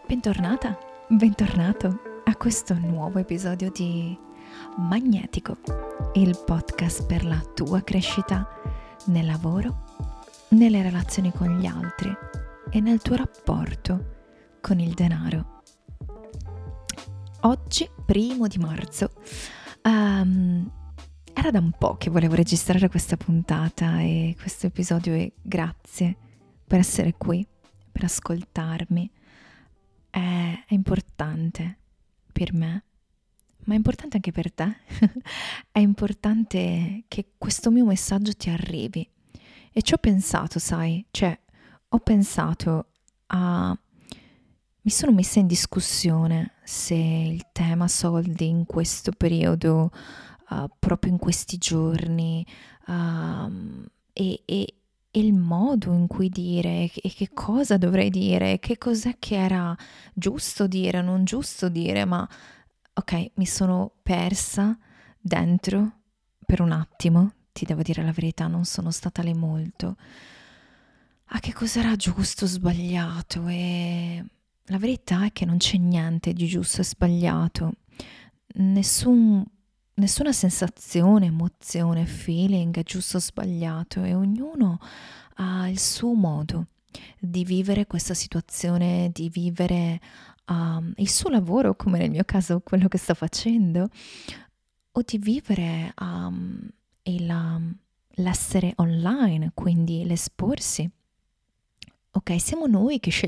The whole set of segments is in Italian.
Bentornata, bentornato a questo nuovo episodio di Magnetico, il podcast per la tua crescita nel lavoro, nelle relazioni con gli altri e nel tuo rapporto con il denaro. Oggi, 1 marzo, era da un po' che volevo registrare questa puntata e questo episodio e grazie per essere qui, per ascoltarmi. È importante per me, ma è importante anche per te. È importante che questo mio messaggio ti arrivi. E ci ho pensato, sai, mi sono messa in discussione se il tema soldi in questo periodo, proprio in questi giorni, e il modo in cui dire e che cosa dovrei dire, che cos'è che era giusto dire, non giusto dire, ma ok, mi sono persa dentro per un attimo, ti devo dire la verità, non sono stata lì molto. A che cos'era giusto o sbagliato e la verità è che non c'è niente di giusto e sbagliato, nessuna sensazione, emozione, feeling è giusto o sbagliato e ognuno ha il suo modo di vivere questa situazione, di vivere il suo lavoro, come nel mio caso quello che sto facendo, o di vivere l'essere online, quindi l'esporsi. Ok, siamo noi che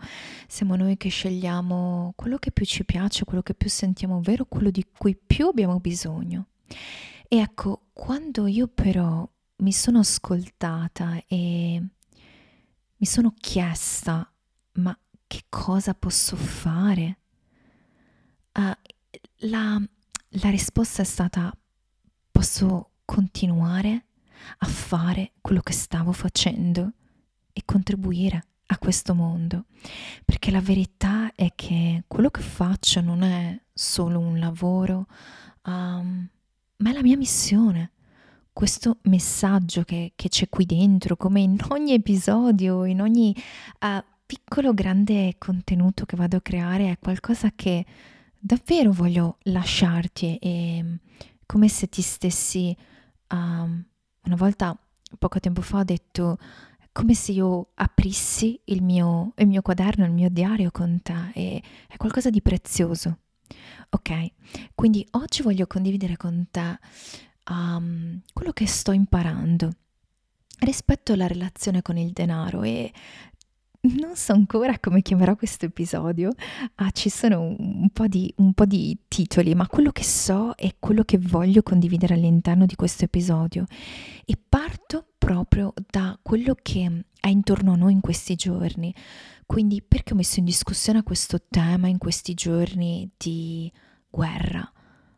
scegliamo quello che più ci piace, quello che più sentiamo vero, quello di cui più abbiamo bisogno. E ecco, quando io però mi sono ascoltata e mi sono chiesta, ma che cosa posso fare? Ah, la, la risposta è stata, posso continuare a fare quello che stavo facendo e contribuire a questo mondo, perché la verità è che quello che faccio non è solo un lavoro, ma è la mia missione. Questo messaggio che c'è qui dentro, come in ogni episodio, in ogni piccolo grande contenuto che vado a creare, è qualcosa che davvero voglio lasciarti. E come se ti stessi, una volta, poco tempo fa, ho detto, come se io aprissi il mio quaderno, il mio diario con te, e è qualcosa di prezioso. Ok, quindi oggi voglio condividere con te quello che sto imparando rispetto alla relazione con il denaro e non so ancora come chiamerò questo episodio. Ci sono un po' di titoli, ma quello che so è quello che voglio condividere all'interno di questo episodio. E parto proprio da quello che è intorno a noi in questi giorni. Quindi perché ho messo in discussione questo tema in questi giorni di guerra,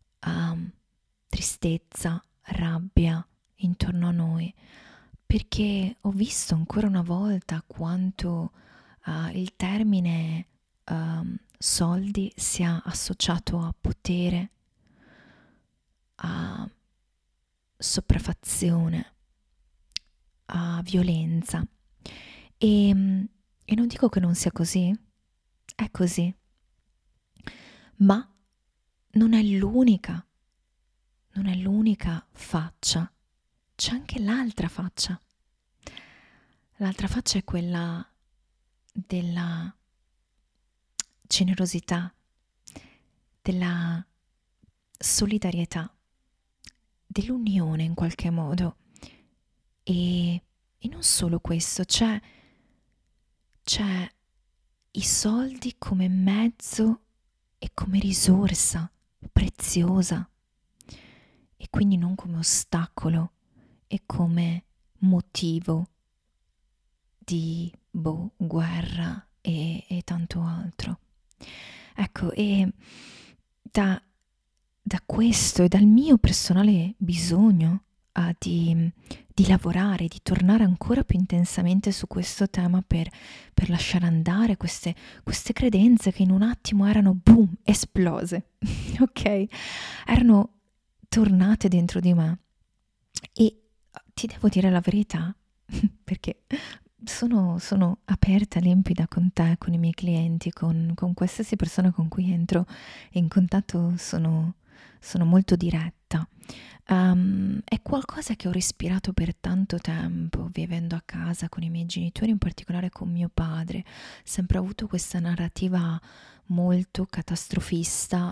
tristezza, rabbia intorno a noi? Perché ho visto ancora una volta quanto il termine soldi sia associato a potere, a sopraffazione, a violenza. E non dico che non sia così, è così, ma non è l'unica, non è l'unica faccia, c'è anche l'altra faccia. L'altra faccia è quella della generosità, della solidarietà, dell'unione in qualche modo. E non solo questo, c'è i soldi come mezzo e come risorsa preziosa e quindi non come ostacolo e come motivo di guerra e tanto altro. Ecco, e da questo e dal mio personale bisogno di lavorare, di tornare ancora più intensamente su questo tema per lasciare andare queste credenze che in un attimo erano boom, esplose, ok? Erano tornate dentro di me e ti devo dire la verità, perché sono aperta, limpida con te, con i miei clienti, con qualsiasi persona con cui entro in contatto, sono molto diretta. È qualcosa che ho respirato per tanto tempo, vivendo a casa con i miei genitori, in particolare con mio padre. Sempre avuto questa narrativa molto catastrofista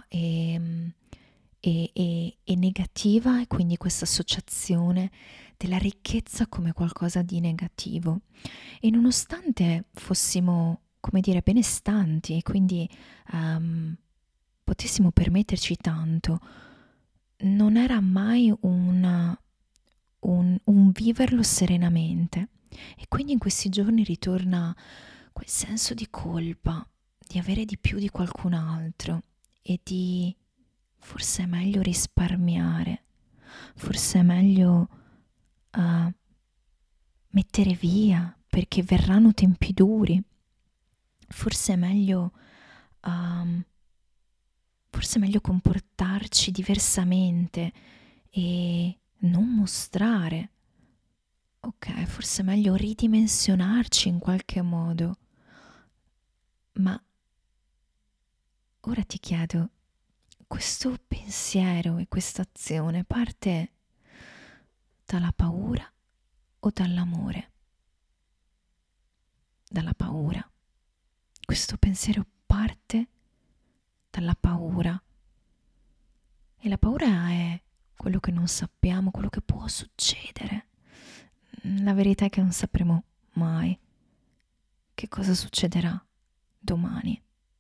e negativa, e quindi questa associazione della ricchezza come qualcosa di negativo. E nonostante fossimo, come dire, benestanti e quindi potessimo permetterci tanto, non era mai un viverlo serenamente. E quindi in questi giorni ritorna quel senso di colpa, di avere di più di qualcun altro e di forse è meglio risparmiare, forse è meglio mettere via perché verranno tempi duri, forse è meglio, um, forse è meglio comportarci diversamente e non mostrare. Ok, forse è meglio ridimensionarci in qualche modo. Ma ora ti chiedo, questo pensiero e questa azione parte dalla paura o dall'amore? Dalla paura. Questo pensiero parte dalla paura. E la paura è quello che non sappiamo, quello che può succedere. La verità è che non sapremo mai che cosa succederà domani.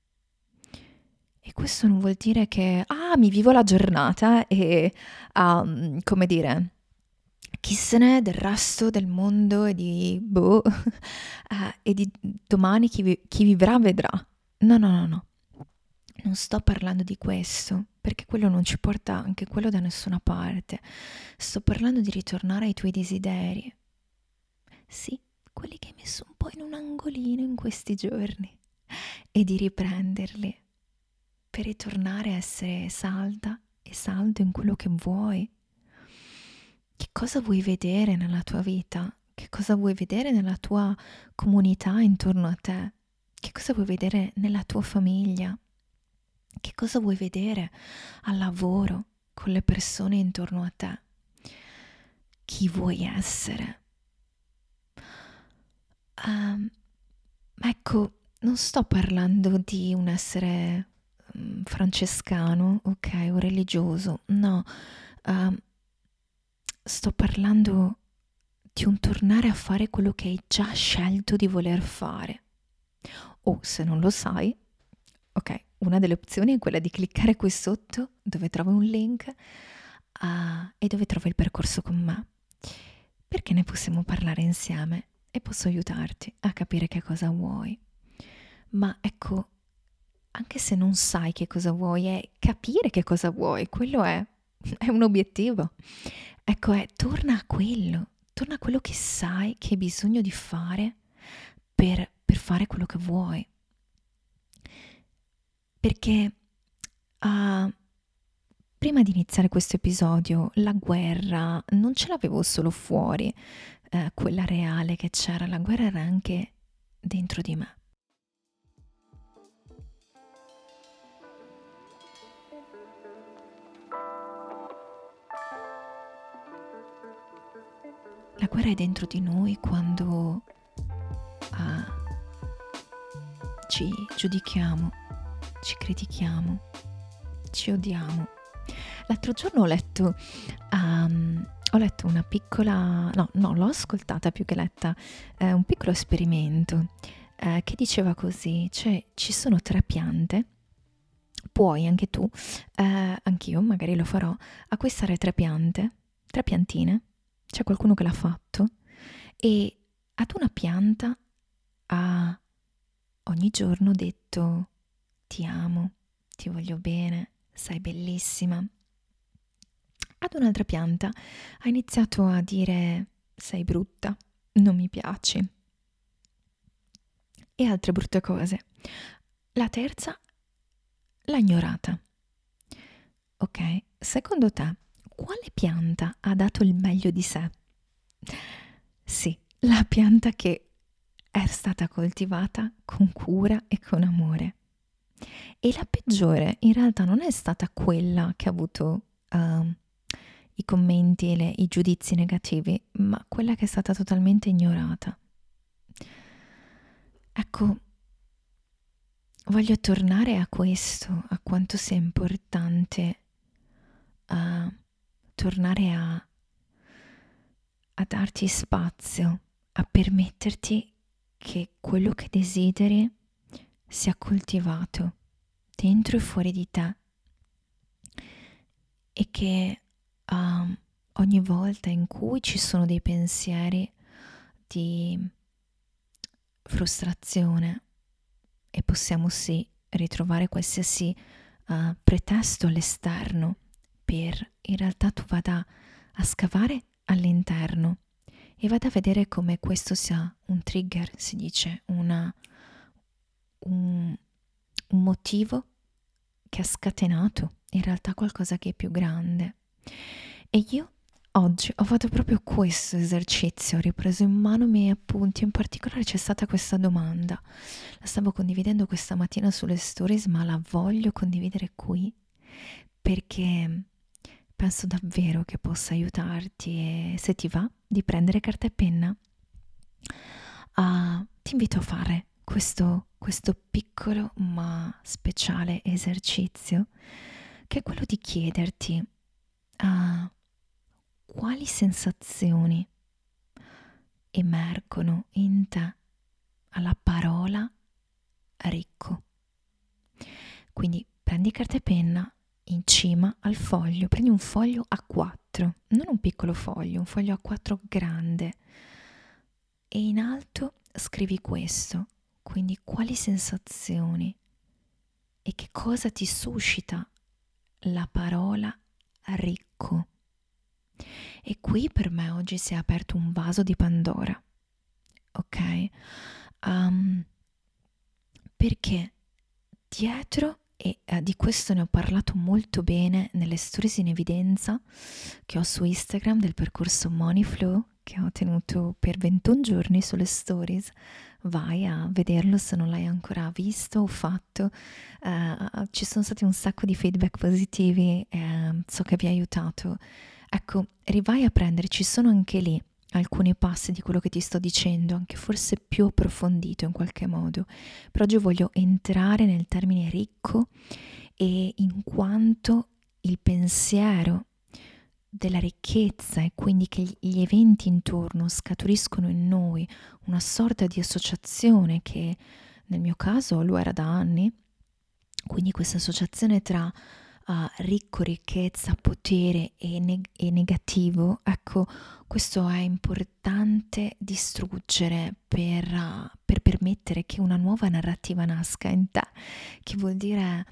E questo non vuol dire che, mi vivo la giornata e, come dire, chi se ne è del resto del mondo e di, e di domani chi vivrà vedrà. No, no, no, no. Non sto parlando di questo, perché quello non ci porta anche quello da nessuna parte. Sto parlando di ritornare ai tuoi desideri. Sì, quelli che hai messo un po' in un angolino in questi giorni. E di riprenderli per ritornare a essere salda e saldo in quello che vuoi. Che cosa vuoi vedere nella tua vita? Che cosa vuoi vedere nella tua comunità intorno a te? Che cosa vuoi vedere nella tua famiglia? Che cosa vuoi vedere al lavoro con le persone intorno a te? Chi vuoi essere? Um, ecco, non sto parlando di un essere francescano, ok, o religioso, no. Um, Sto parlando di un tornare a fare quello che hai già scelto di voler fare. O se non lo sai, ok, una delle opzioni è quella di cliccare qui sotto dove trovi un link e dove trovi il percorso con me, perché ne possiamo parlare insieme e posso aiutarti a capire che cosa vuoi. Ma ecco, anche se non sai che cosa vuoi, è capire che cosa vuoi, quello è un obiettivo. Ecco, torna a quello che sai che hai bisogno di fare per fare quello che vuoi. Perché prima di iniziare questo episodio, la guerra non ce l'avevo solo fuori, quella reale che c'era, la guerra era anche dentro di me. La guerra è dentro di noi quando ci giudichiamo, ci critichiamo, ci odiamo. L'altro giorno ho letto una piccola, no, l'ho ascoltata più che letta, un piccolo esperimento che diceva così, cioè ci sono 3 piante, puoi anche tu, anch'io magari lo farò, acquistare 3 piante, 3 piantine, c'è qualcuno che l'ha fatto, e ad una pianta ha ogni giorno detto ti amo, ti voglio bene, sei bellissima. Ad un'altra pianta ha iniziato a dire sei brutta, non mi piaci e altre brutte cose. La terza l'ha ignorata. Ok, secondo te quale pianta ha dato il meglio di sé? Sì, la pianta che è stata coltivata con cura e con amore. E la peggiore in realtà non è stata quella che ha avuto i commenti e i giudizi negativi, ma quella che è stata totalmente ignorata. Ecco, voglio tornare a questo, a quanto sia importante tornare a darti spazio, a permetterti che quello che desideri sia coltivato dentro e fuori di te e che ogni volta in cui ci sono dei pensieri di frustrazione e possiamo sì ritrovare qualsiasi pretesto all'esterno per in realtà tu vada a scavare all'interno e vada a vedere come questo sia un trigger, si dice, un motivo che ha scatenato in realtà qualcosa che è più grande. E io oggi ho fatto proprio questo esercizio, ho ripreso in mano i miei appunti, in particolare c'è stata questa domanda, la stavo condividendo questa mattina sulle stories, ma la voglio condividere qui perché penso davvero che possa aiutarti e se ti va di prendere carta e penna, ti invito a fare questo piccolo ma speciale esercizio che è quello di chiederti quali sensazioni emergono in te alla parola ricco. Quindi prendi carta e penna, in cima al foglio, prendi un foglio A4, non un piccolo foglio, un foglio A4 grande e in alto scrivi questo, quindi quali sensazioni e che cosa ti suscita la parola ricco. E qui per me oggi si è aperto un vaso di Pandora, ok? Perché dietro, e di questo ne ho parlato molto bene nelle stories in evidenza che ho su Instagram del percorso Money Flow che ho tenuto per 21 giorni sulle stories, vai a vederlo se non l'hai ancora visto o fatto. Ci sono stati un sacco di feedback positivi, so che vi ha aiutato. Ecco, rivai a prendere, ci sono anche lì alcuni passi di quello che ti sto dicendo, anche forse più approfondito in qualche modo. Per oggi voglio entrare nel termine ricco e in quanto il pensiero della ricchezza e quindi che gli eventi intorno scaturiscono in noi una sorta di associazione che nel mio caso lo era da anni, quindi questa associazione tra ricco, ricchezza, potere e negativo, ecco, questo è importante distruggere per permettere che una nuova narrativa nasca in te, che vuol dire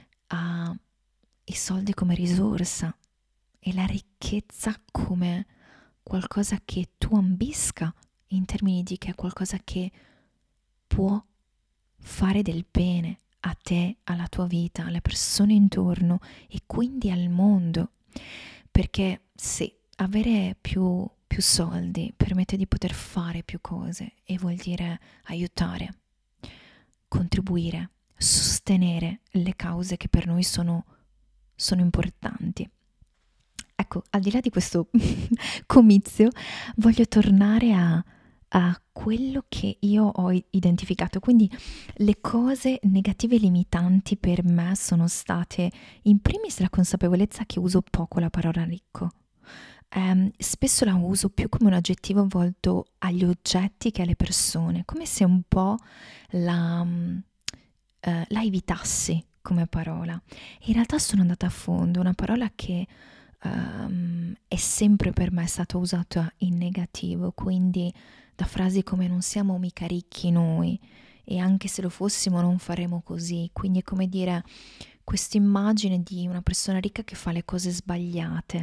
i soldi come risorsa e la ricchezza come qualcosa che tu ambisca in termini di che è qualcosa che può fare del bene a te, alla tua vita, alle persone intorno e quindi al mondo. Perché sì, avere più soldi permette di poter fare più cose e vuol dire aiutare, contribuire, sostenere le cause che per noi sono importanti. Ecco, al di là di questo comizio, voglio tornare a quello che io ho identificato. Quindi le cose negative e limitanti per me sono state, in primis, la consapevolezza che uso poco la parola ricco. Spesso la uso più come un aggettivo volto agli oggetti che alle persone, come se un po' la evitassi come parola. In realtà sono andata a fondo, una parola che è sempre per me stata usata in negativo, quindi da frasi come non siamo mica ricchi noi e anche se lo fossimo non faremo così, quindi è come dire questa immagine di una persona ricca che fa le cose sbagliate.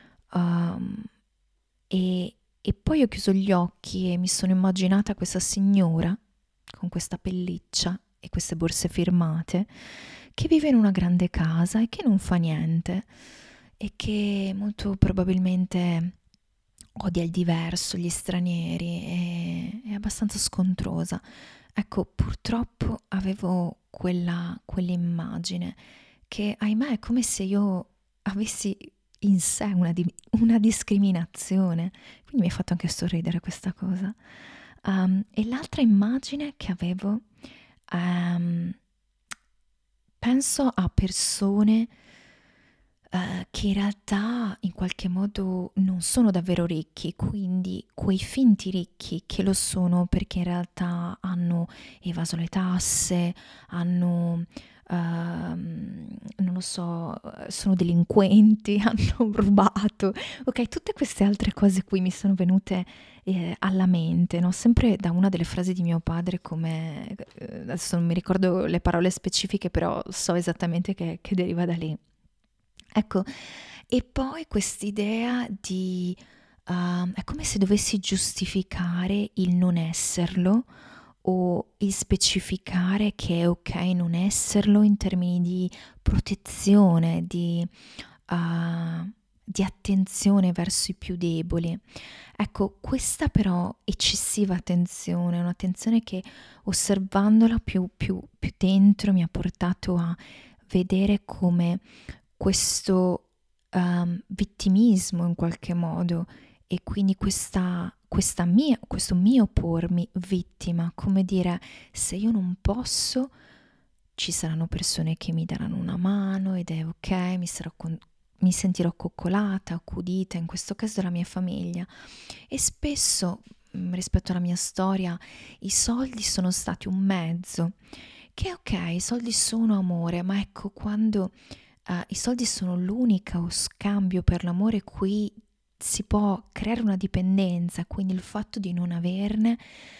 E poi ho chiuso gli occhi e mi sono immaginata questa signora con questa pelliccia e queste borse firmate che vive in una grande casa e che non fa niente e che molto probabilmente odia il diverso, gli stranieri, è abbastanza scontrosa. Ecco, purtroppo avevo quell'immagine che, ahimè, è come se io avessi in sé una discriminazione. Quindi mi ha fatto anche sorridere questa cosa. E l'altra immagine che avevo, ehm, penso a persone che in realtà in qualche modo non sono davvero ricchi, quindi quei finti ricchi che lo sono perché in realtà hanno evaso le tasse, hanno, non lo so, sono delinquenti, hanno rubato, ok? Tutte queste altre cose qui mi sono venute alla mente, no? Sempre da una delle frasi di mio padre, come adesso non mi ricordo le parole specifiche, però so esattamente che deriva da lì. Ecco, e poi quest'idea di, è come se dovessi giustificare il non esserlo o il specificare che è ok non esserlo in termini di protezione, di attenzione verso i più deboli. Ecco, questa però eccessiva attenzione, un'attenzione che osservandola più dentro mi ha portato a vedere come questo vittimismo in qualche modo e quindi questo mio pormi vittima, come dire, se io non posso, ci saranno persone che mi daranno una mano ed è ok, mi sentirò coccolata, accudita, in questo caso la mia famiglia. E spesso, rispetto alla mia storia, i soldi sono stati un mezzo, che ok, i soldi sono amore, ma ecco, quando i soldi sono l'unico scambio per l'amore, qui si può creare una dipendenza, quindi il fatto di non averne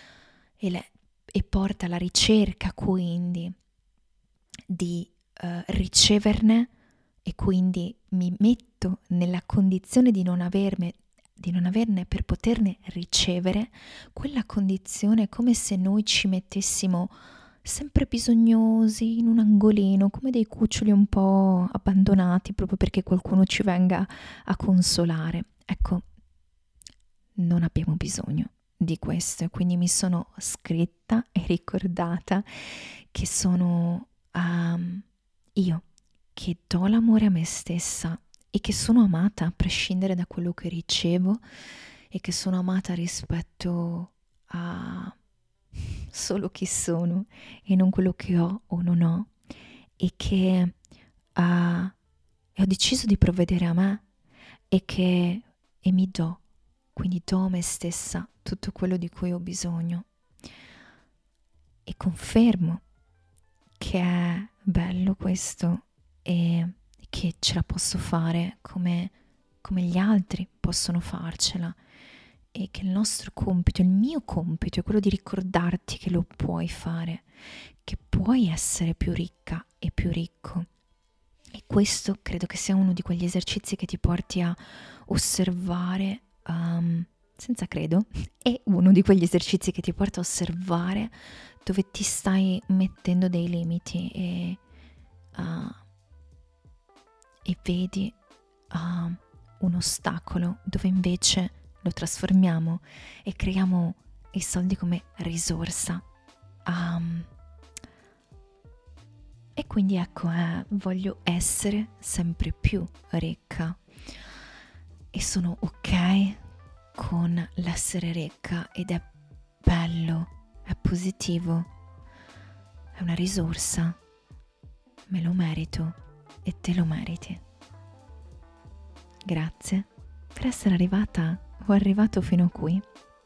e porta alla ricerca quindi di riceverne e quindi mi metto nella condizione di non averne per poterne ricevere, quella condizione è come se noi ci mettessimo sempre bisognosi in un angolino, come dei cuccioli un po' abbandonati proprio perché qualcuno ci venga a consolare. Ecco, non abbiamo bisogno di questo e quindi mi sono scritta e ricordata che sono io che do l'amore a me stessa e che sono amata a prescindere da quello che ricevo e che sono amata rispetto a solo chi sono e non quello che ho o non ho e che e ho deciso di provvedere a me e mi do, quindi do a me stessa tutto quello di cui ho bisogno e confermo che è bello questo e che ce la posso fare come gli altri possono farcela e che il nostro compito, il mio compito è quello di ricordarti che lo puoi fare, che puoi essere più ricca e più ricco. E questo credo che sia uno di quegli esercizi che ti porti a osservare, senza credo, è uno di quegli esercizi che ti porta a osservare dove ti stai mettendo dei limiti e vedi un ostacolo dove invece lo trasformiamo e creiamo i soldi come risorsa. E quindi ecco, voglio essere sempre più ricca e sono ok con l'essere ricca ed è bello, è positivo, è una risorsa, me lo merito e te lo meriti. Grazie per essere arrivata o arrivato fino a qui,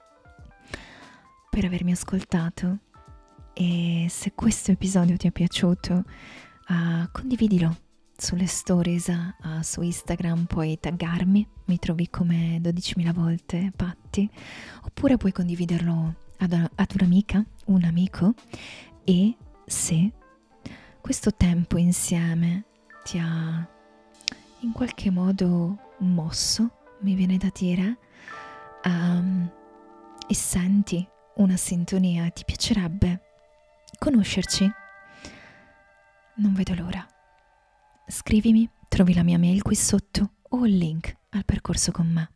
per avermi ascoltato. E se questo episodio ti è piaciuto, condividilo sulle stories su Instagram, puoi taggarmi, mi trovi come 12.000 volte Patti, oppure puoi condividerlo ad un'amica, un amico, e se questo tempo insieme ti ha in qualche modo mosso, mi viene da dire, e senti una sintonia, ti piacerebbe conoscerci? Non vedo l'ora. Scrivimi, trovi la mia mail qui sotto o il link al percorso con me.